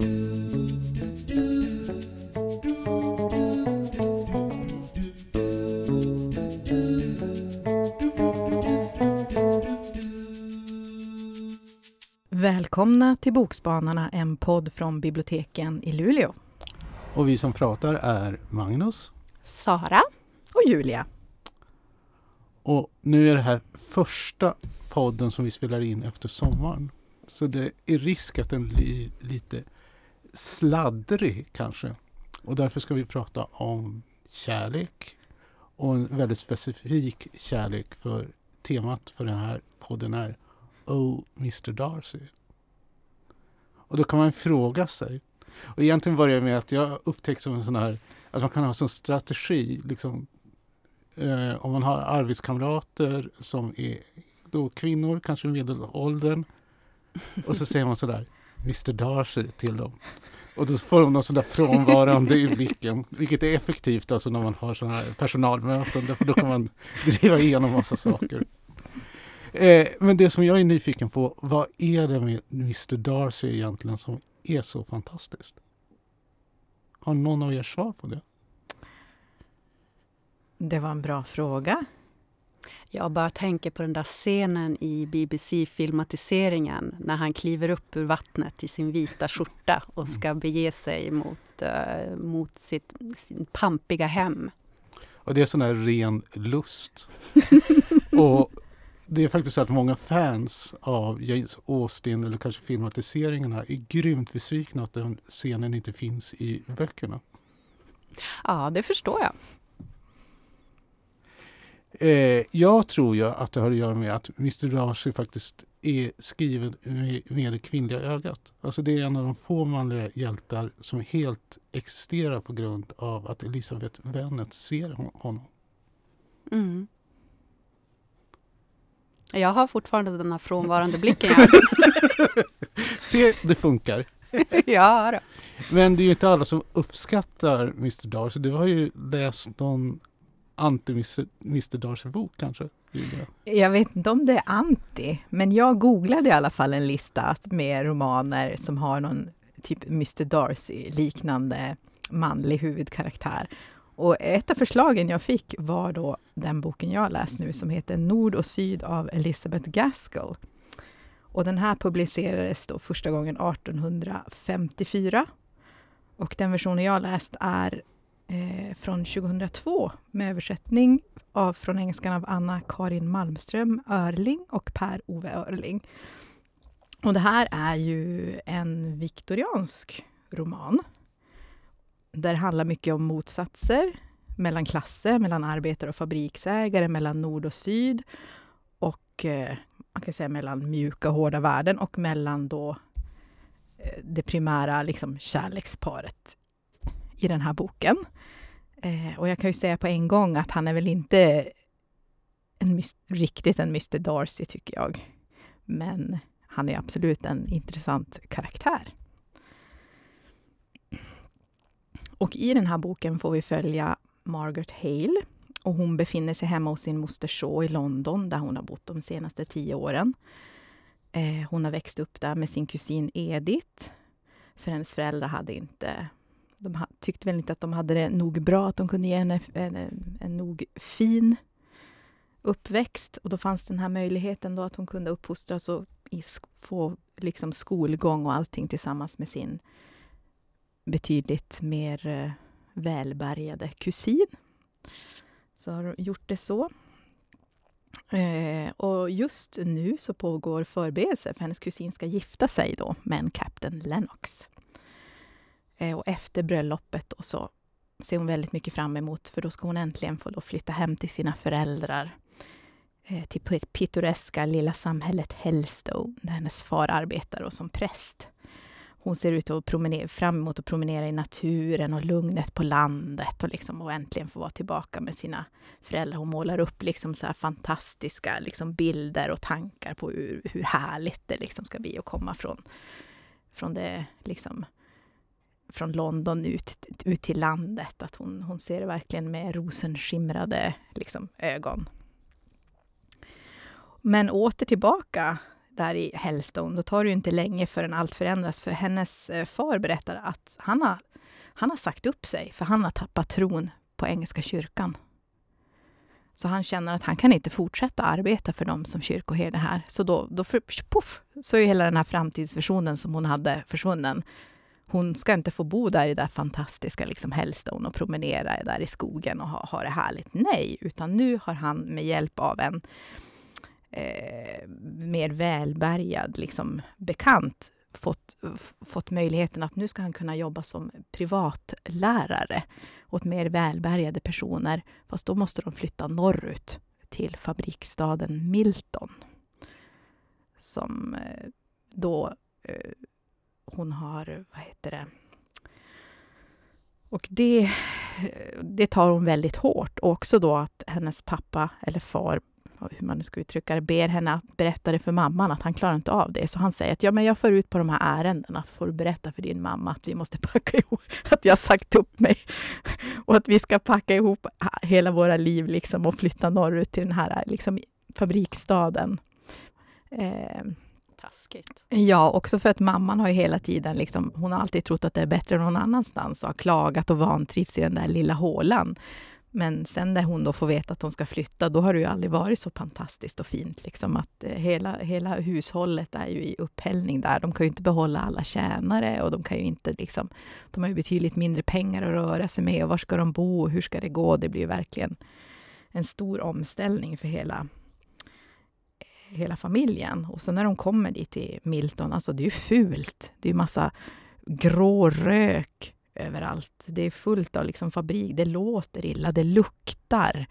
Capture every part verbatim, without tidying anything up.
Välkomna till Bokspanarna, en podd från biblioteken i Luleå. Och vi som pratar är Magnus, Sara och Julia. Och nu är det här första podden som vi spelar in efter sommaren. Så det är risk att den blir lite sladdrig kanske. Och därför ska vi prata om kärlek. Och en väldigt specifik kärlek, för temat för den här podden är Oh, mister Darcy. Och då kan man fråga sig. Och egentligen börjar jag med att jag upptäckte som en sån här, att man kan ha som strategi liksom, eh, om man har arbetskamrater som är då kvinnor, kanske i medelåldern, och så säger man sådär mister Darcy till dem. Och då får de någon sån där frånvarande i blicken, vilket är effektivt alltså när man har sådana här personalmöten, för då kan man driva igenom massa saker. Eh, men det som jag är nyfiken på, vad är det med mister Darcy egentligen som är så fantastiskt? Har någon av er svar på det? Det var en bra fråga. Jag bara tänker på den där scenen i B B C-filmatiseringen när han kliver upp ur vattnet i sin vita skjorta och ska bege sig mot, uh, mot sitt sin pampiga hem. Och det är sån här ren lust. Och det är faktiskt så att många fans av James Austen eller kanske filmatiseringarna är grymt besvikna att den scenen inte finns i böckerna. Ja, det förstår jag. Eh, jag tror ju att det har att göra med att mister Darcy faktiskt är skriven med, med det kvinnliga ögat. Alltså det är en av de få manliga hjältar som helt existerar på grund av att Elizabeth Bennet ser honom. Mm. Jag har fortfarande den här frånvarande blicken. Se, det funkar. Ja då. Men det är ju inte alla som uppskattar mister Darcy. Du har ju läst någon anti-mister Darcy-bok kanske, Julia? Jag vet inte om det är anti, men jag googlade i alla fall en lista med romaner som har någon typ mister Darcy-liknande manlig huvudkaraktär. Och ett av förslagen jag fick var då den boken jag läst nu som heter Nord och Syd av Elizabeth Gaskell. Och den här publicerades då första gången arton femtiofyra. Och den versionen jag läst är eh, från tjugohundratvå med översättning av, från engelskan av Anna-Karin Malmström Örling och Per-Ove Örling. Och det här är ju en viktoriansk roman. Där det handlar mycket om motsatser mellan klasser, mellan arbetare och fabriksägare, mellan nord och syd och eh, man kan säga mellan mjuka och hårda värden och mellan då eh, det primära liksom kärleksparet i den här boken. Eh, och jag kan ju säga på en gång att han är väl inte en mis- riktigt en mister Darcy tycker jag. Men han är absolut en intressant karaktär. Och i den här boken får vi följa Margaret Hale. Och hon befinner sig hemma hos sin moster Shaw i London där hon har bott de senaste tio åren. Eh, hon har växt upp där med sin kusin Edith. För hennes föräldrar hade inte, de ha, tyckte väl inte att de hade det nog bra, att de kunde ge henne en, en, en nog fin uppväxt. Och då fanns den här möjligheten då att hon kunde uppfostras och i, få liksom skolgång och allting tillsammans med sin betydligt mer eh, välbärgade kusin. Så har de gjort det så. Eh, och just nu så pågår förberedelse för hennes kusin ska gifta sig då med en Captain Lennox. Eh, och efter bröllopet och så ser hon väldigt mycket fram emot, för då ska hon äntligen få då flytta hem till sina föräldrar. Eh, till det pittoreska lilla samhället Hellstone där hennes far arbetar och som präst. Hon ser ut att promenera, fram emot att promenera i naturen och lugnet på landet och, liksom, och äntligen få vara tillbaka med sina föräldrar. Hon målar upp liksom så här fantastiska liksom bilder och tankar på hur, hur härligt det liksom ska bli att komma från, från, det, liksom, från London ut, ut till landet. Att hon, hon ser det verkligen med rosenskimrade liksom, ögon. Men åter tillbaka där i Hellstone, då tar det ju inte länge förrän allt förändras. För hennes eh, far berättar att han har, han har sagt upp sig, för han har tappat tron på engelska kyrkan. Så han känner att han kan inte fortsätta arbeta för dem som kyrkoherde här. Så då, då för, puff, så är hela den här framtidsvisionen som hon hade försvunnen. Hon ska inte få bo där i det där fantastiska liksom Hellstone och promenera där i skogen och ha, ha det härligt. Nej, utan nu har han med hjälp av en eh, mer välbärgad liksom, bekant fått, fått möjligheten att nu ska han kunna jobba som privatlärare åt mer välbärgade personer. Fast då måste de flytta norrut till fabriksstaden Milton. Som eh, då... Eh, hon har, vad heter det? Och det, det tar hon väldigt hårt. Och också då att hennes pappa eller far, hur man nu ska uttrycka det, ber henne att berätta det för mamman att han klarar inte av det. Så han säger att ja, men jag får ut på de här ärendena, får du berätta för din mamma att vi måste packa ihop, att jag har sagt upp mig. Och att vi ska packa ihop hela våra liv liksom och flytta norrut till den här liksom, fabriksstaden. Eh, Taskigt. Ja, också för att mamman har ju hela tiden, liksom, hon har alltid trott att det är bättre någon annanstans och har klagat och vantrivs i den där lilla hålan. Men sen när hon då får veta att hon ska flytta, då har det ju aldrig varit så fantastiskt och fint. Liksom, att eh, hela, hela hushållet är ju i upphällning där. De kan ju inte behålla alla tjänare och de kan ju inte liksom, de har ju betydligt mindre pengar att röra sig med och var ska de bo och hur ska det gå? Det blir ju verkligen en stor omställning för hela hela familjen. Och så när de kommer dit till Milton, alltså det är ju fult. Det är ju massa grå rök överallt. Det är fullt av liksom fabrik. Det låter illa, det luktar.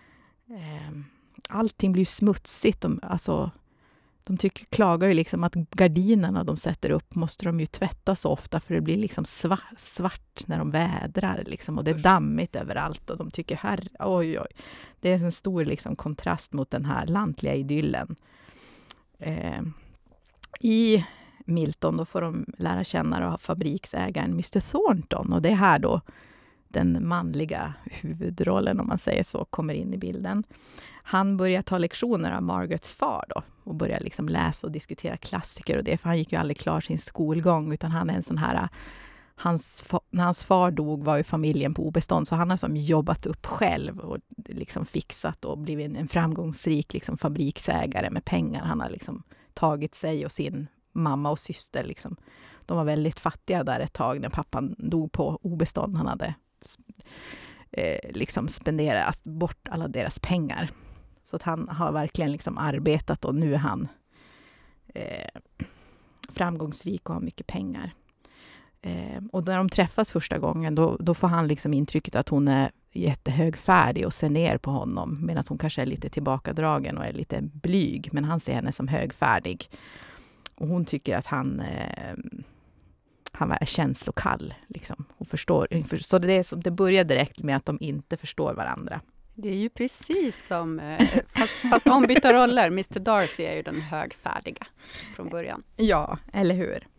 Allting blir smutsigt. De, alltså, de tycker, klagar ju liksom att gardinerna de sätter upp måste de ju tvätta så ofta för det blir liksom svart, svart när de vädrar liksom, och det är dammigt överallt och de tycker här, oj oj, det är en stor liksom kontrast mot den här lantliga idyllen. Eh, I Milton då får de lära känna och fabriksägaren mister Thornton och det är här då den manliga huvudrollen, om man säger så, kommer in i bilden. Han börjar ta lektioner av Margarets far då och börjar liksom läsa och diskutera klassiker och det, för han gick ju aldrig klar sin skolgång utan han är en sån här, hans, när hans far dog var ju familjen på obestånd så han har som jobbat upp själv och liksom fixat och blivit en framgångsrik liksom fabriksägare med pengar. Han har liksom tagit sig och sin mamma och syster liksom. De var väldigt fattiga där ett tag när pappan dog på obestånd. Han hade eh, liksom spenderat bort alla deras pengar. Så att han har verkligen liksom arbetat och nu är han eh, framgångsrik och har mycket pengar. Eh, och när de träffas första gången då, då får han liksom intrycket att hon är jättehögfärdig och ser ner på honom medan hon kanske är lite tillbakadragen och är lite blyg, men han ser henne som högfärdig. Och hon tycker att han, eh, han är känslokall. Liksom. Hon förstår, så det, är som, det börjar direkt med att de inte förstår varandra. Det är ju precis som, fast, fast ombytta roller. mister Darcy är ju den högfärdiga från början. Ja, eller hur?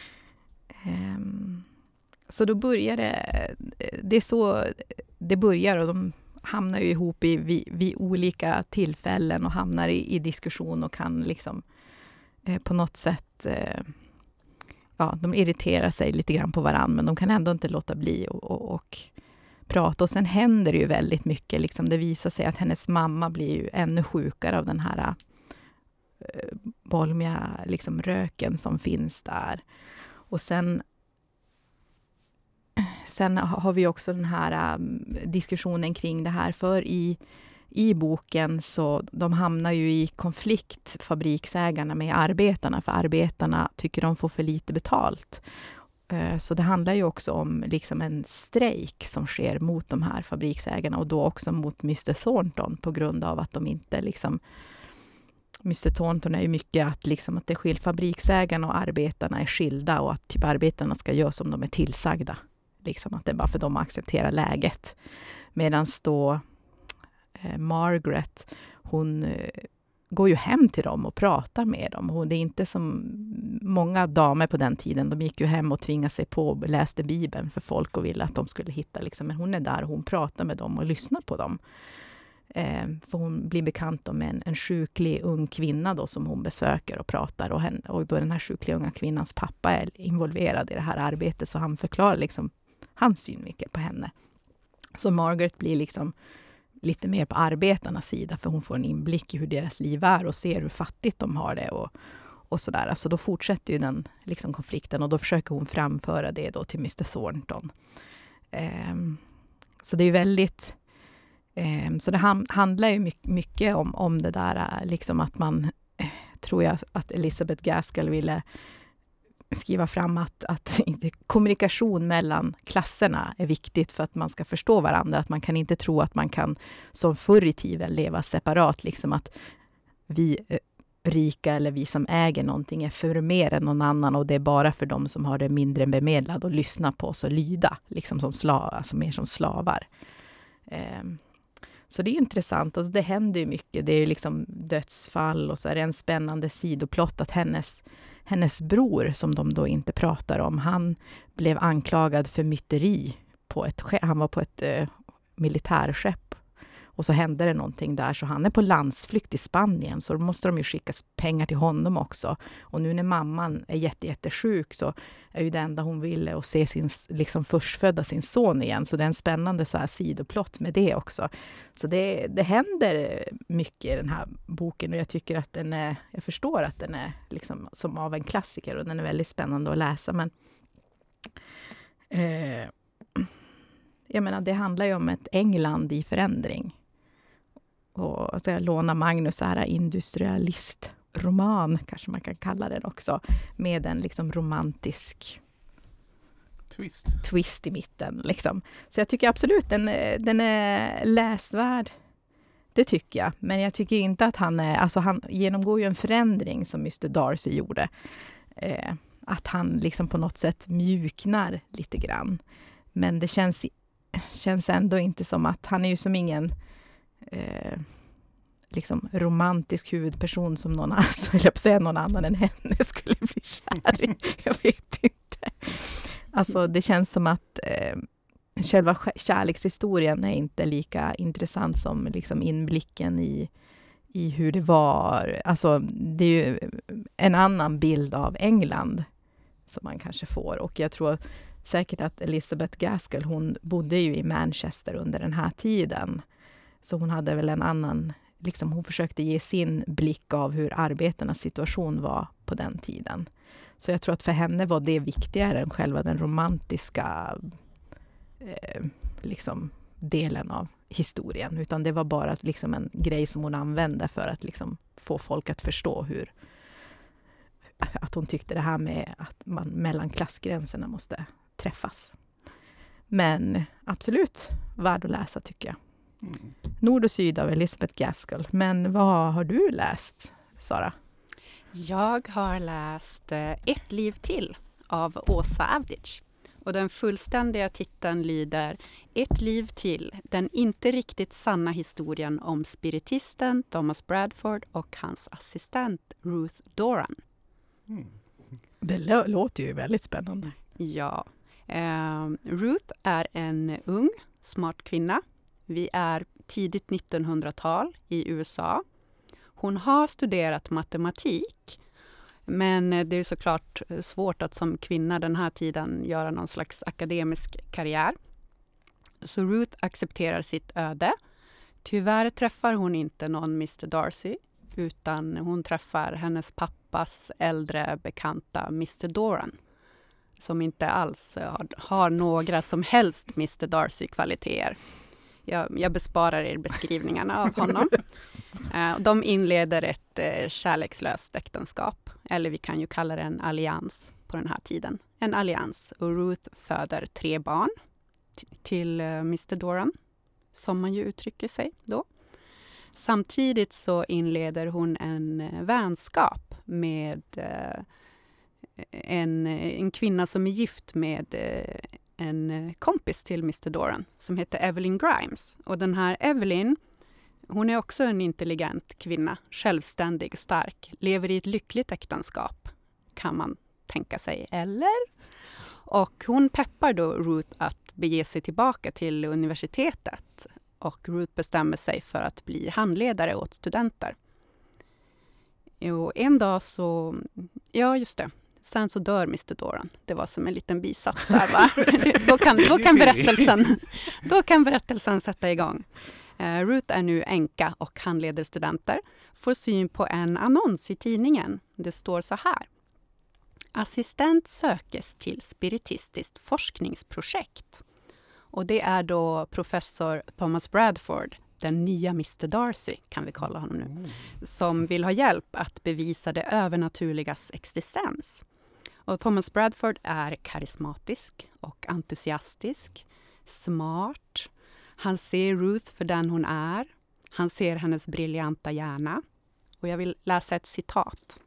Um, så då börjar det, det är så det börjar och de hamnar ju ihop i, vid, vid olika tillfällen och hamnar i, i diskussion och kan liksom eh, på något sätt, eh, ja, de irriterar sig lite grann på varandra men de kan ändå inte låta bli och, och, och prata. Och sen händer det ju väldigt mycket. Liksom det visar sig att hennes mamma blir ju ännu sjukare av den här eh, bolmiga liksom, röken som finns där. Och sen, sen har vi också den här um, diskussionen kring det här. För i, i boken så de hamnar ju i konflikt, fabriksägarna med arbetarna. För arbetarna tycker de får för lite betalt. Uh, så det handlar ju också om liksom en strejk som sker mot de här fabriksägarna. Och då också mot mister Thornton på grund av att de inte liksom... mister Thornton är ju mycket att, liksom, att det är skild fabriksägarna och arbetarna är skilda och att typ arbetarna ska göra som de är tillsagda. Liksom att det är bara för dem att acceptera läget. Medan då eh, Margaret, hon eh, går ju hem till dem och pratar med dem. Hon, det är inte som många damer på den tiden, de gick ju hem och tvingade sig på och läste Bibeln för folk och ville att de skulle hitta. Liksom, men hon är där och hon pratar med dem och lyssnar på dem. Eh, för hon blir bekant med en, en sjuklig ung kvinna då som hon besöker och pratar. Och, hen, och då den här sjukliga unga kvinnans pappa är involverad i det här arbetet. Så han förklarar liksom hans synvinkel på henne. Så Margaret blir liksom lite mer på arbetarnas sida. För hon får en inblick i hur deras liv är och ser hur fattigt de har det. Och, och sådär. Alltså då fortsätter ju den liksom konflikten. Och då försöker hon framföra det då till mister Thornton. Eh, så det är ju väldigt... Så det handlar ju mycket om, om det där, liksom att man, tror jag att Elizabeth Gaskell ville skriva fram att, att kommunikation mellan klasserna är viktigt för att man ska förstå varandra. Att man kan inte tro att man kan som förr i tiden leva separat, liksom att vi rika eller vi som äger någonting är för mer än någon annan och det är bara för dem som har det mindre bemedlad att lyssna på oss och lyda, liksom som slav, alltså mer som slavar. Så det är intressant, alltså det händer ju mycket. Det är ju liksom dödsfall och så är det en spännande sidoplott att hennes, hennes bror, som de då inte pratar om, han blev anklagad för myteri på ett skepp. Han var på ett eh, militärskepp och så hände det någonting där så han är på landsflykt i Spanien så då måste de ju skicka pengar till honom också. Och nu när mamman är jätte, jättesjuk så är ju det enda hon ville att se sin liksom förstfödda sin son igen. Så det är en spännande så här sidoplott med det också. Så det, det händer mycket i den här boken och jag tycker att den är, jag förstår att den är liksom som av en klassiker och den är väldigt spännande att läsa. Men eh, jag menar, det handlar ju om ett England i förändring. Och alltså, jag lånar Magnus så här industrialistroman, kanske man kan kalla den också, med en liksom romantisk twist, twist i mitten. Liksom. Så jag tycker absolut den, den är läsvärd. Det tycker jag. Men jag tycker inte att han är, alltså han genomgår ju en förändring som mister Darcy gjorde. Eh, att han liksom på något sätt mjuknar lite grann. Men det känns, känns ändå inte som att han är ju som ingen Eh, liksom romantisk huvudperson som någon annan, så vill jag säga någon annan än henne skulle bli kär i. Jag vet inte. Alltså det känns som att eh, själva kärlekshistorien är inte lika intressant som liksom inblicken i, i hur det var. Alltså det är ju en annan bild av England som man kanske får och jag tror säkert att Elizabeth Gaskell, hon bodde ju i Manchester under den här tiden. Så hon hade väl en annan, liksom hon försökte ge sin blick av hur arbetarnas situation var på den tiden. Så jag tror att för henne var det viktigare än själva den romantiska eh, liksom delen av historien. Utan det var bara liksom en grej som hon använde för att liksom få folk att förstå hur, att hon tyckte det här med att man mellan klassgränserna måste träffas. Men absolut värd att läsa tycker jag. Mm. Nord och syd av Elizabeth Gaskell. Men vad har du läst, Sara? Jag har läst Ett liv till av Åsa Avdic. Och den fullständiga titeln lyder Ett liv till, den inte riktigt sanna historien om spiritisten Thomas Bradford och hans assistent Ruth Doran. Mm. Det lå- låter ju väldigt spännande. Ja. Eh, Ruth är en ung, smart kvinna. Vi är tidigt nittonhundratal i U S A. Hon har studerat matematik, men det är såklart svårt att som kvinna den här tiden göra någon slags akademisk karriär. Så Ruth accepterar sitt öde. Tyvärr träffar hon inte någon mister Darcy, utan hon träffar hennes pappas äldre bekanta mister Doran, som inte alls har, har några som helst mister Darcy-kvaliteter. Jag, jag besparar er beskrivningarna av honom. Uh, de inleder ett uh, kärlekslöst äktenskap. Eller vi kan ju kalla det en allians på den här tiden. En allians. Och Ruth föder tre barn t- till uh, mister Doran. Som man ju uttrycker sig då. Samtidigt så inleder hon en uh, vänskap med uh, en, en kvinna som är gift med uh, en kompis till mister Doran som heter Evelyn Grimes. Och den här Evelyn, hon är också en intelligent kvinna, självständig, stark, lever i ett lyckligt äktenskap, kan man tänka sig, eller? Och hon peppar då Ruth att bege sig tillbaka till universitetet och Ruth bestämmer sig för att bli handledare åt studenter. Och en dag så, ja just det, sen så dör mister Doran. Det var som en liten bisats där, va? då, kan, då, kan berättelsen, då kan berättelsen sätta igång. Uh, Ruth är nu änka och handleder studenter. Får syn på en annons i tidningen. Det står så här. Assistent sökes till spiritistiskt forskningsprojekt. Och det är då professor Thomas Bradford, den nya mister Darcy kan vi kalla honom nu, som vill ha hjälp att bevisa det övernaturligas existens. Och Thomas Bradford är karismatisk och entusiastisk, smart. Han ser Ruth för den hon är. Han ser hennes briljanta hjärna. Och jag vill läsa ett citat.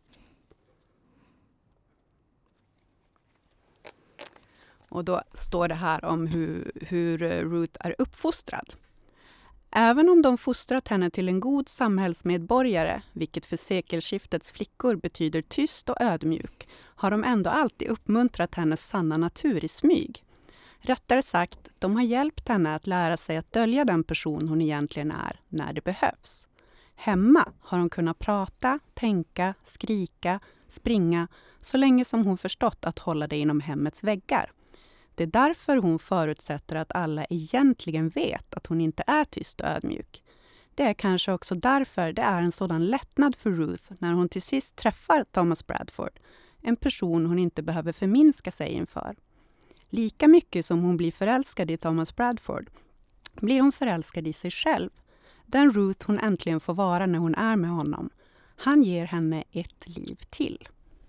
Och då står det här om hur, hur Ruth är uppfostrad. Även om de fostrat henne till en god samhällsmedborgare, vilket för sekelskiftets flickor betyder tyst och ödmjuk, har de ändå alltid uppmuntrat hennes sanna natur i smyg. Rättare sagt, de har hjälpt henne att lära sig att dölja den person hon egentligen är när det behövs. Hemma har hon kunnat prata, tänka, skrika, springa så länge som hon förstått att hålla det inom hemmets väggar. Det är därför hon förutsätter att alla egentligen vet att hon inte är tyst och ödmjuk. Det är kanske också därför det är en sådan lättnad för Ruth när hon till sist träffar Thomas Bradford, en person hon inte behöver förminska sig inför. Lika mycket som hon blir förälskad i Thomas Bradford blir hon förälskad i sig själv. Den Ruth hon äntligen får vara när hon är med honom. Han ger henne ett liv till.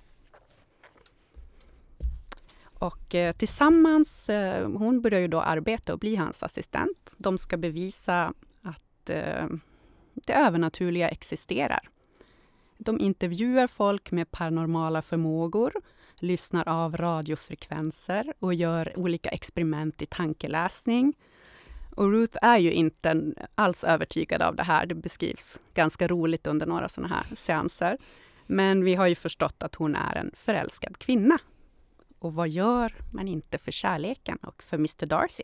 Och eh, tillsammans, eh, hon börjar ju då arbeta och bli hans assistent. De ska bevisa att eh, det övernaturliga existerar. De intervjuar folk med paranormala förmågor, lyssnar av radiofrekvenser och gör olika experiment i tankeläsning. Och Ruth är ju inte alls övertygad av det här. Det beskrivs ganska roligt under några sådana här seanser. Men vi har ju förstått att hon är en förälskad kvinna. Och vad gör man inte för kärleken och för mister Darcy?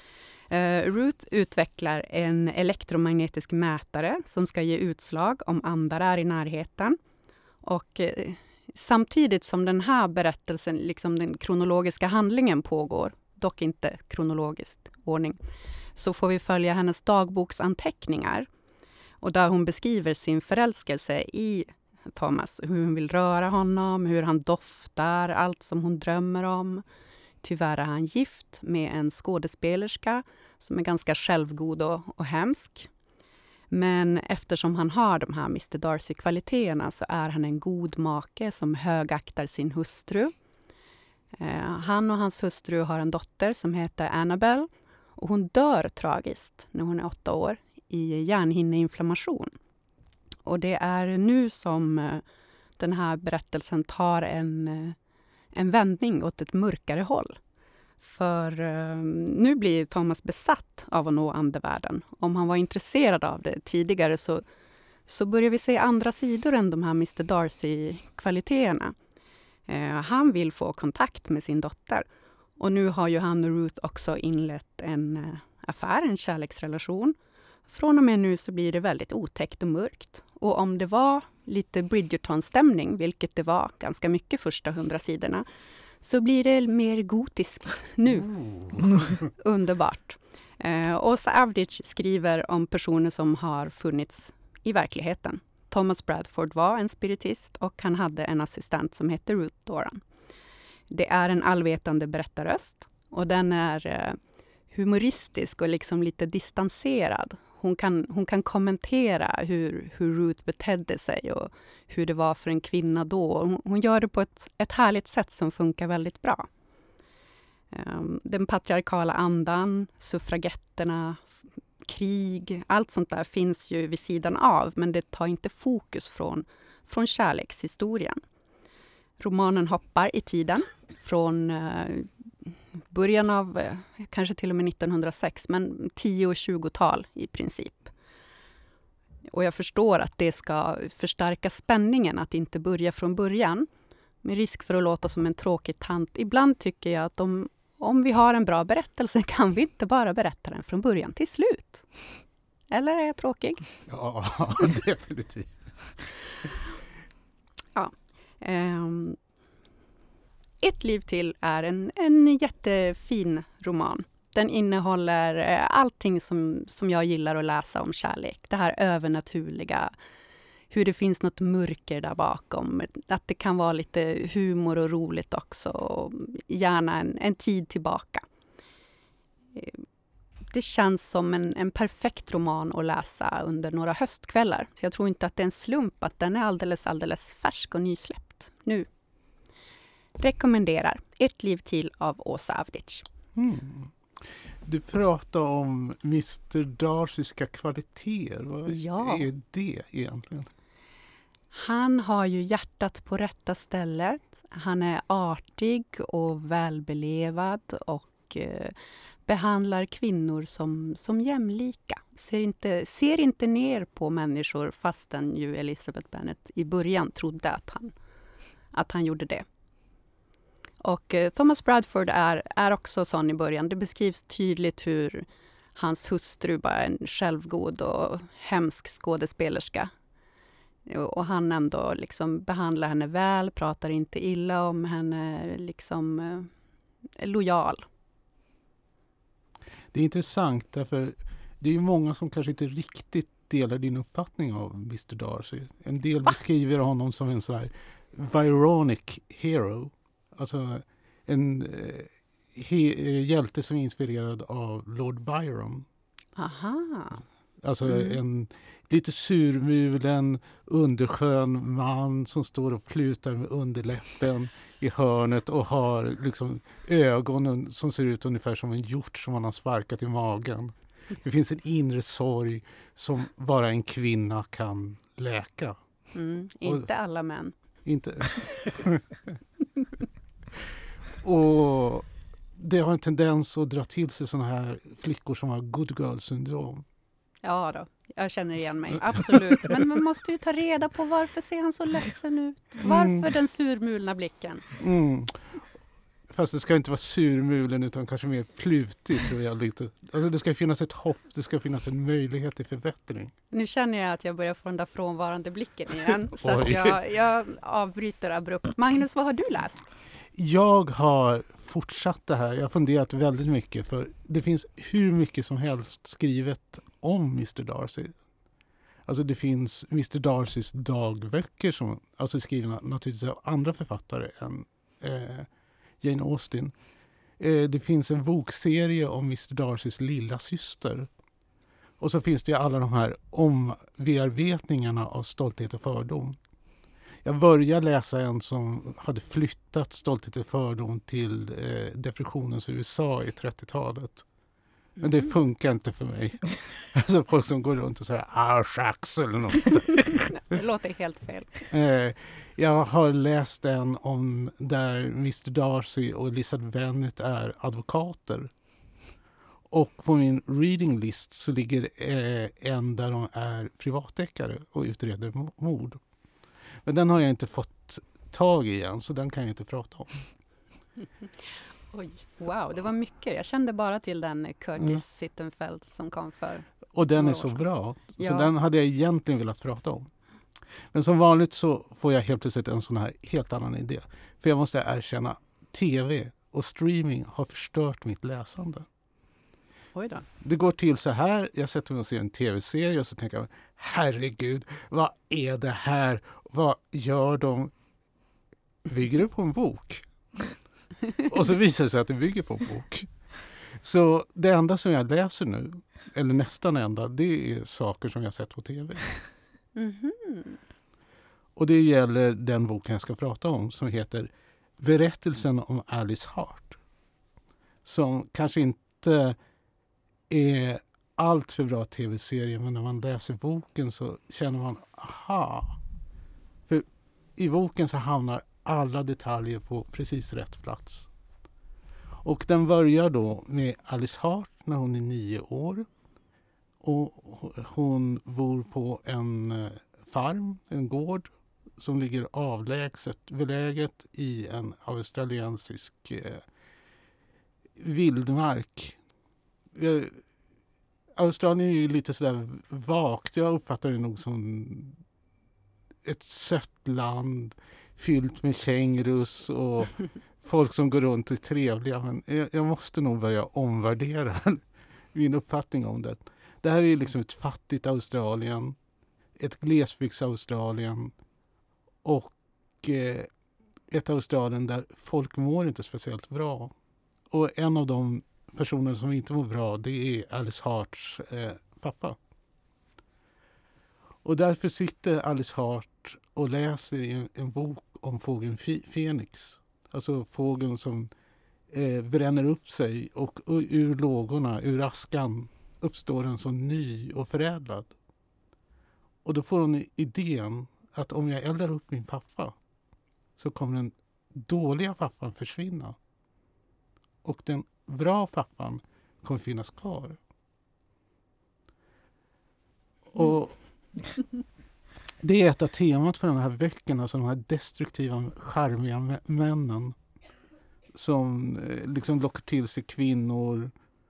Uh, Ruth utvecklar en elektromagnetisk mätare som ska ge utslag om andar är i närheten. Och uh, samtidigt som den här berättelsen, liksom den kronologiska handlingen pågår, dock inte kronologisk ordning, så får vi följa hennes dagboksanteckningar. Och där hon beskriver sin förälskelse i Thomas, hur hon vill röra honom, hur han doftar, allt som hon drömmer om. Tyvärr är han gift med en skådespelerska som är ganska självgod och, och hemsk. Men eftersom han har de här mister Darcy-kvaliteterna så är han en god make som högaktar sin hustru. Eh, han och hans hustru har en dotter som heter Annabelle och hon dör tragiskt när hon är åtta år i hjärnhinneinflammation. Och det är nu som eh, den här berättelsen tar en, eh, en vändning åt ett mörkare håll. För eh, nu blir Thomas besatt av att nå andevärlden. Om han var intresserad av det tidigare så, så börjar vi se andra sidor än de här mister Darcy-kvaliteterna. Eh, han vill få kontakt med sin dotter. Och nu har ju han och Ruth också inlett en eh, affär, en kärleksrelation. Från och med nu så blir det väldigt otäckt och mörkt. Och om det var lite Bridgerton-stämning, vilket det var ganska mycket första hundra sidorna, så blir det mer gotiskt nu. Mm. Underbart. Eh, Åsa Avdic skriver om personer som har funnits i verkligheten. Thomas Bradford var en spiritist och han hade en assistent som hette Ruth Doran. Det är en allvetande berättarröst och den är eh, humoristisk och liksom lite distanserad. Hon kan, hon kan kommentera hur, hur Ruth betedde sig och hur det var för en kvinna då. Hon, hon gör det på ett, ett härligt sätt som funkar väldigt bra. Um, den patriarkala andan, suffragetterna, krig, allt sånt där finns ju vid sidan av, men det tar inte fokus från, från kärlekshistorien. Romanen hoppar i tiden från uh, början av uh, kanske till och med nittonhundrasex, men tio- och tjugotal i princip. Och jag förstår att det ska förstärka spänningen, att inte börja från början. Med risk för att låta som en tråkig tant. Ibland tycker jag att om, om vi har en bra berättelse kan vi inte bara berätta den från början till slut. Eller är jag tråkig? Ja, definitivt. Ja. Um, Ett liv till är en, en jättefin roman. Den innehåller eh, allting som, som jag gillar att läsa om kärlek. Det här övernaturliga, hur det finns något mörker där bakom. Att det kan vara lite humor och roligt också. Och gärna en, en tid tillbaka. Det känns som en, en perfekt roman att läsa under några höstkvällar. Så jag tror inte att det är en slump att den är alldeles, alldeles färsk och nysläppt nu. Rekommenderar Ett liv till av Åsa Avdic. Mm. Du pratar om mister Darcyska kvaliteter. Vad Ja. är det egentligen? Han har ju hjärtat på rätta stället. Han är artig och välbelevad och eh, behandlar kvinnor som, som jämlika. Ser inte, ser inte ner på människor fastän ju Elizabeth Bennet i början trodde att han, att han gjorde det. Och eh, Thomas Bradford är, är också sån i början. Det beskrivs tydligt hur hans hustru bara är en självgod och hemsk skådespelerska. Och, och han ändå liksom behandlar henne väl, pratar inte illa om henne, liksom eh, lojal. Det är intressant därför det är ju många som kanske inte riktigt delar din uppfattning av mister Darcy. En del beskriver honom som en sån här Byronic hero. Alltså en eh, he, hjälte som är inspirerad av Lord Byron. Aha. Alltså Mm. en lite surmulen, underskön man som står och plutar med underläppen i hörnet och har liksom ögonen som ser ut ungefär som en hjort som man har sparkat i magen. Det finns en inre sorg som bara en kvinna kan läka. Mm. Inte alla män. Inte. Och det har en tendens att dra till sig såna här flickor som har good girl-syndrom. Ja då, jag känner igen mig, absolut. Men man måste ju ta reda på varför ser han så ledsen ut? Varför Mm. den surmulna blicken? Mm. Fast det ska inte vara surmulen utan kanske mer flutig tror jag. Lite. Alltså det ska finnas ett hopp, det ska finnas en möjlighet till förbättring. Nu känner jag att jag börjar få den där frånvarande blicken igen. Så att Oj. jag, jag avbryter abrupt. Magnus, vad har du läst? Jag har fortsatt det här, jag har funderat väldigt mycket för det finns hur mycket som helst skrivet om mister Darcy. Alltså det finns mister Darcys dagböcker som alltså skrivna naturligtvis av andra författare än eh, Jane Austen. Eh, det finns en bokserie om mister Darcys lilla syster. Och så finns det ju alla de här ombearbetningarna av Stolthet och fördom. Jag började läsa en som hade flyttat Stolthet och fördom till eh, depressionens U S A i trettiotalet. Men det funkar inte för mig. Alltså folk som går runt och säger Arshax eller något. Det låter helt fel. Eh, jag har läst en om där mister Darcy och Elizabeth Bennet är advokater. Och på min reading list så ligger eh, en där de är privatdeckare och utreder mord. Men den har jag inte fått tag i än så den kan jag inte prata om. Oj, wow, det var mycket. Jag kände bara till den Curtis Mm. Sittenfeld som kom för... Och den några är år så sedan. bra. Så Ja. den hade jag egentligen velat prata om. Men som vanligt så får jag helt plötsligt en sån här helt annan idé. För jag måste erkänna, tv och streaming har förstört mitt läsande. Oj då. Det går till så här, jag sätter mig och ser en tv-serie och så tänker jag, herregud, vad är det här? Vad gör de? Bygger det på en bok? Och så visar det sig att det bygger på en bok. Så det enda som jag läser nu, eller nästan enda, det är saker som jag sett på tv. Mhm. Och det gäller den boken jag ska prata om som heter Berättelsen om Alice Hart. Som kanske inte är allt för bra tv-serie, men när man läser boken så känner man, aha. För i boken så hamnar alla detaljer på precis rätt plats. Och den börjar då med Alice Hart när hon är nio år. Och hon bor på en farm, en gård som ligger avlägset beläget i en australiensisk eh, vildmark. Australien är ju lite sådär vagt. Jag uppfattar det nog som ett sött land fyllt med kängurus och folk som går runt och är trevliga. Men jag, jag måste nog börja omvärdera min uppfattning om det. Det här är liksom ett fattigt Australien, ett glesbygds-Australien och eh, ett Australien där folk mår inte speciellt bra. Och en av de personer som inte mår bra, det är Alice Harts eh, pappa. Och därför sitter Alice Hart och läser en, en bok om fågeln Fenix. Alltså fågeln som eh, bränner upp sig och ur lågorna, ur askan uppstår en som ny och förädlad. Och då får hon idén att om jag eldar upp min pappa så kommer den dåliga pappan försvinna. Och den bra pappan kommer finnas kvar. Och det är ett av temat för de här böckerna, alltså de här destruktiva, charmiga männen som liksom lockar till sig kvinnor.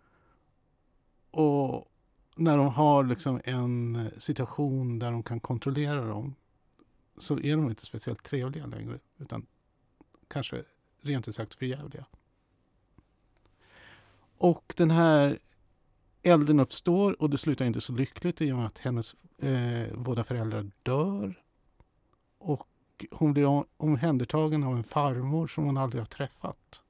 Och när de har liksom en situation där de kan kontrollera dem så är de inte speciellt trevliga längre, utan kanske rent ut sagt förjävliga. Och den här elden uppstår och det slutar inte så lyckligt i och med att hennes eh, båda föräldrar dör. Och hon blir omhändertagen av en farmor som hon aldrig har träffat.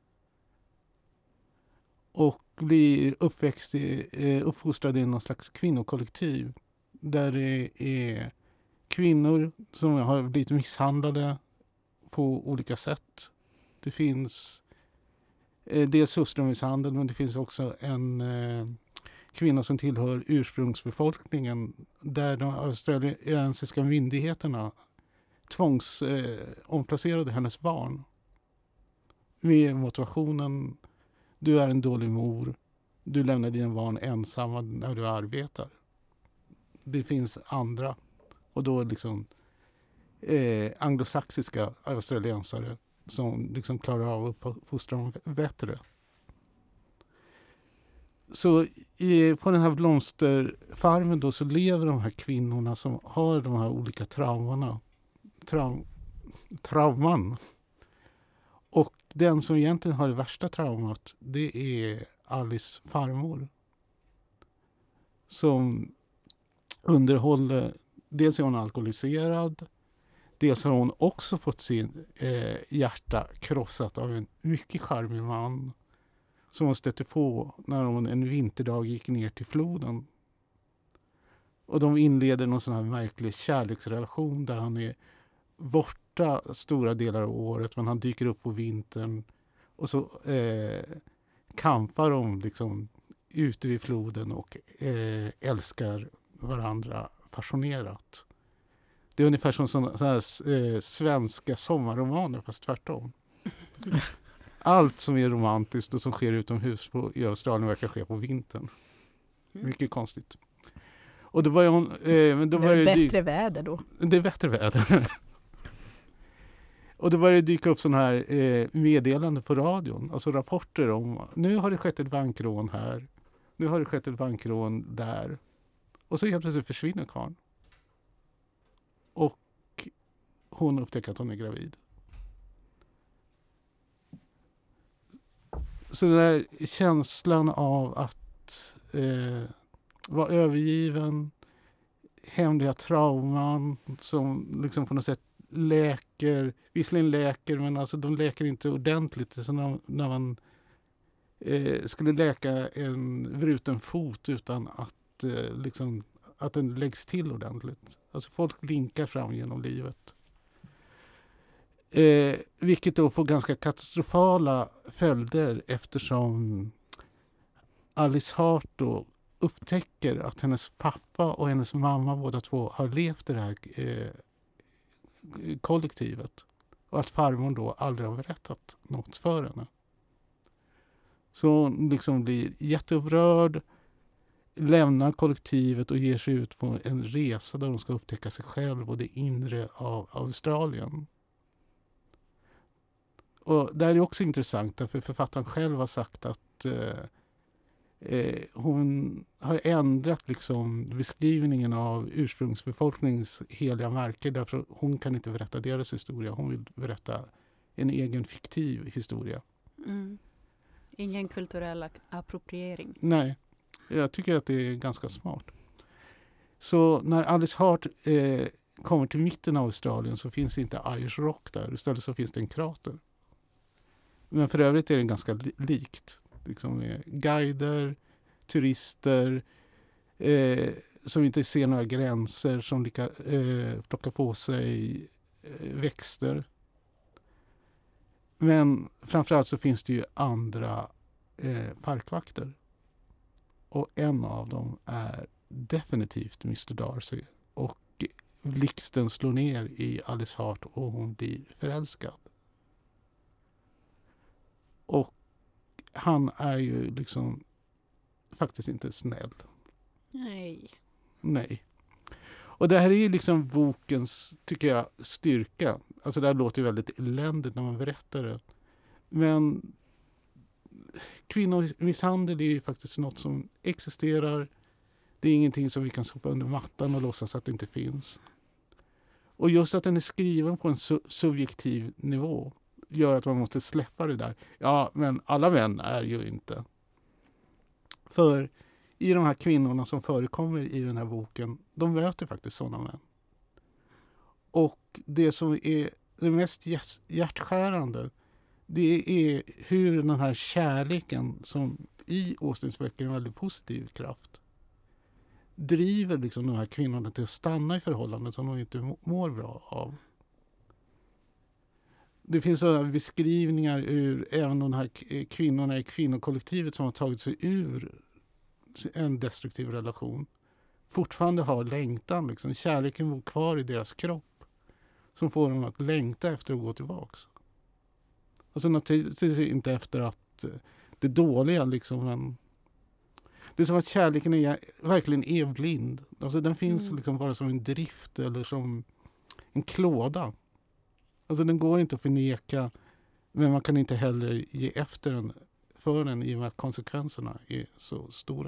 Och blir uppväxt i, eh, uppfostrad i någon slags kvinnokollektiv. Där det är kvinnor som har blivit misshandlade på olika sätt. Det finns eh, dels hustrumisshandel, men det finns också en eh, kvinna som tillhör ursprungsbefolkningen där de australiensiska myndigheterna tvångs eh, omplacerade hennes barn. Med motivationen: du är en dålig mor, du lämnar dina barn ensamma när du arbetar. Det finns andra, och då liksom eh, anglosaxiska australiensare som liksom klarar av att fostra dem bättre. Så i, på den här blomsterfarmen då så lever de här kvinnorna som har de här olika traumorna. Traum, trauman. Och den som egentligen har det värsta traumat, det är Alice farmor. Som underhåller, dels är hon alkoholiserad, dels har hon också fått sin eh, hjärta krossat av en mycket charmig man som hon stötte på när hon en vinterdag gick ner till floden. Och de inleder någon sån här märklig kärleksrelation där han är borta stora delar av året, men han dyker upp på vintern och så eh, kampar de liksom ute vid floden och eh, älskar varandra passionerat. Det är ungefär som såna, såna här eh, svenska sommarromaner, fast tvärtom. Allt som är romantiskt och som sker utomhus på, i Australien verkar ske på vintern. Mycket konstigt. Och då var jag, eh, men då det var är det bättre dy- väder då. Det är bättre väder. Och då började det dyka upp sådana här eh, meddelanden på radion. Alltså rapporter om, nu har det skett ett bankrån här. Nu har det skett ett bankrån där. Och så helt plötsligt försvinner karln. Och hon upptäcker att hon är gravid. Så den där känslan av att eh, vara övergiven, hemliga trauman som liksom på något sätt läker, visserligen läker, men alltså de läker inte ordentligt. Så när, när man eh, skulle läka en bruten fot utan att, eh, liksom, att den läggs till ordentligt. Alltså folk blinkar fram genom livet. Eh, vilket då får ganska katastrofala följder eftersom Alice Hart då upptäcker att hennes pappa och hennes mamma båda två har levt i det här eh, kollektivet. Och att farmor då aldrig har berättat något för henne. Så hon liksom blir jätteupprörd, lämnar kollektivet och ger sig ut på en resa där hon ska upptäcka sig själv och det inre av Australien. Och det här är också intressant därför författaren själv har sagt att eh, eh, hon har ändrat liksom beskrivningen av ursprungsbefolkningens heliga marker därför hon kan inte berätta deras historia. Hon vill berätta en egen fiktiv historia. Mm. Ingen kulturell appropriering. Nej, jag tycker att det är ganska smart. Så när Alice Hart eh, kommer till mitten av Australien så finns det inte Irish Rock där. Istället så finns det en krater. Men för övrigt är det ganska li- likt. Liksom med guider, turister eh, som inte ser några gränser, som lika, eh, plockar på sig eh, växter. Men framförallt så finns det ju andra eh, parkvakter. Och en av dem är definitivt mister Darcy. Och blixten slår ner i Alice Hart och hon blir förälskad. Och han är ju liksom faktiskt inte snäll. Nej. Nej. Och det här är ju liksom bokens, tycker jag, styrka. Alltså det här låter ju väldigt eländigt när man berättar det. Men kvinnomisshandel är ju faktiskt något som existerar. Det är ingenting som vi kan sopa under mattan och låtsas att det inte finns. Och just att den är skriven på en su- subjektiv nivå gör att man måste släppa det där. Ja, men alla män är ju inte. För i de här kvinnorna som förekommer i den här boken, de möter faktiskt sådana män. Och det som är det mest hjärtskärande, det är hur den här kärleken som i Austins böcker är en väldigt positiv kraft driver liksom de här kvinnorna till att stanna i förhållandet som de inte mår bra av. Det finns sådana beskrivningar ur även de här kvinnorna i kvinnokollektivet som har tagit sig ur en destruktiv relation. Fortfarande har längtan, liksom. Kärleken bor kvar i deras kropp som får dem att längta efter att gå tillbaks. Alltså naturligtvis inte efter att det dåliga liksom, men det är som att kärleken är, verkligen är blind. Alltså den finns mm. liksom bara som en drift eller som en klåda. Alltså den går inte att förneka, men man kan inte heller ge efter den för den i och med att konsekvenserna är så stora.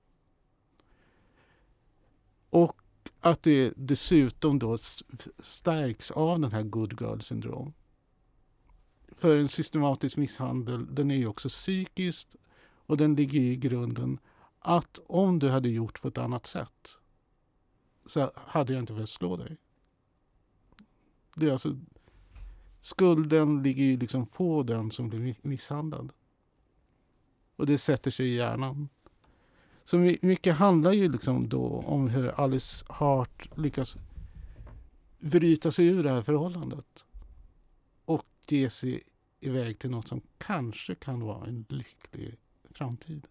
Och att det dessutom då stärks av den här good girl syndrom. För en systematisk misshandel, den är ju också psykiskt och den ligger i grunden att om du hade gjort på ett annat sätt så hade jag inte velat slå dig. Det är alltså, skulden ligger ju liksom på den som blir misshandlad. Och det sätter sig i hjärnan. Så mycket handlar ju liksom då om hur Alice Hart lyckas bryta sig ur det här förhållandet. Och ge sig iväg till något som kanske kan vara en lycklig framtid.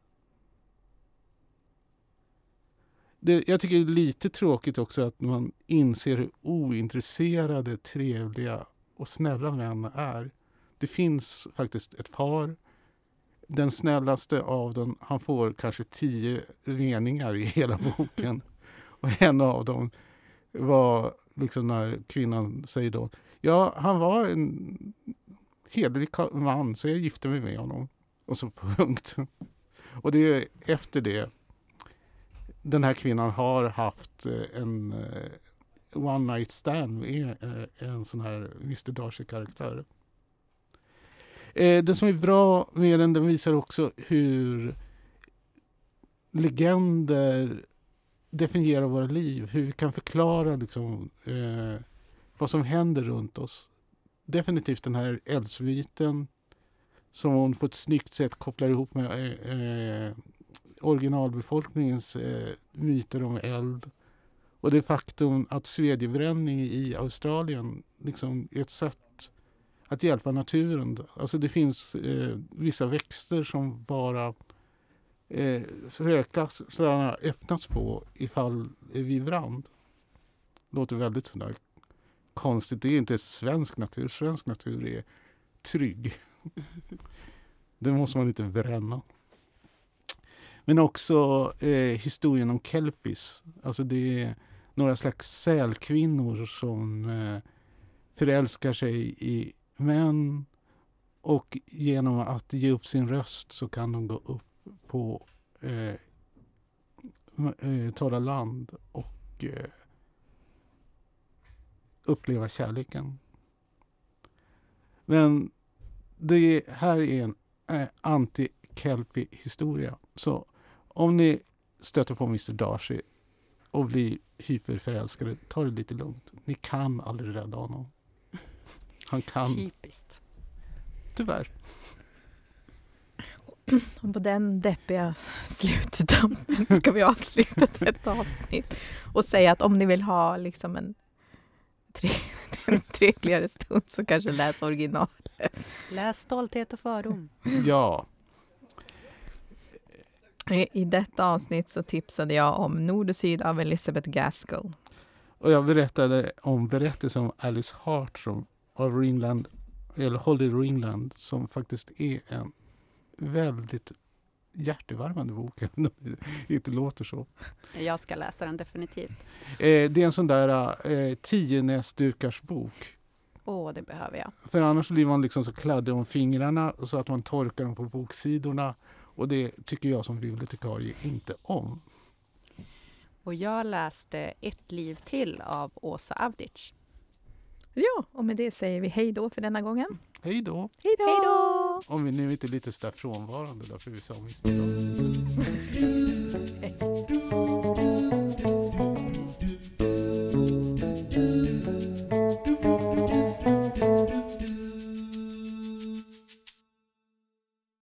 Det, jag tycker det är lite tråkigt också att man inser hur ointresserade, trevliga och snälla män är. Det finns faktiskt ett par. Den snällaste av dem, han får kanske tio meningar i hela boken. Och en av dem var liksom när kvinnan säger då, ja, han var en hederlig man så jag gifte mig med honom. Och så punkt. Och det är efter det den här kvinnan har haft en one night stand med en sån här mister Darcy-karaktär. Det som är bra med den, den visar också hur legender definierar våra liv. Hur vi kan förklara liksom, eh, vad som händer runt oss. Definitivt den här eldsmyten som hon på ett snyggt sätt kopplar ihop med eh, originalbefolkningens eh, myter om eld. Och det faktum att svedjebränning i Australien liksom är ett sätt att hjälpa naturen. Alltså det finns eh, vissa växter som bara eh, röklasarna öppnas på ifall vi brand. Låter väldigt sådär konstigt. Det är inte svensk natur. Svensk natur är trygg. Det måste man inte bränna. Men också eh, historien om kelpis. Alltså det är några slags sälkvinnor som eh, förälskar sig i män och genom att ge upp sin röst så kan de gå upp på eh, eh, torra land och eh, uppleva kärleken. Men det här är en eh, anti-Kelpie-historia. Så om ni stöter på mister Darcy och blir hyperförälskade, ta det lite lugnt. Ni kan aldrig rädda honom. Han kan. Typiskt. Tyvärr. Och på den deppiga sluttampen ska vi avsluta detta avsnitt och säga att om ni vill ha liksom en, tre, en trevligare stund så kanske läs originalet. Läs Stolthet och fördom. Ja. I, I detta avsnitt så tipsade jag om Nord och Syd av Elizabeth Gaskell. Och jag berättade om berättelsen om Alice Hart som, av Ringland, eller Holly Ringland, som faktiskt är en väldigt hjärtevärmande bok. Inte låter så. Jag ska läsa den definitivt. Eh, det är en sån där eh, tio näsdukars bok. Åh, det behöver jag. För annars blir man liksom så kladdig om fingrarna så att man torkar dem på boksidorna. Och det tycker jag som bibliotekarie inte om. Och jag läste Ett liv till av Åsa Avdic. Ja, och med det säger vi hej då för denna gången. Hej då! Hej då! Hej då! Om vi nu inte är lite så där frånvarande därför vi sa mister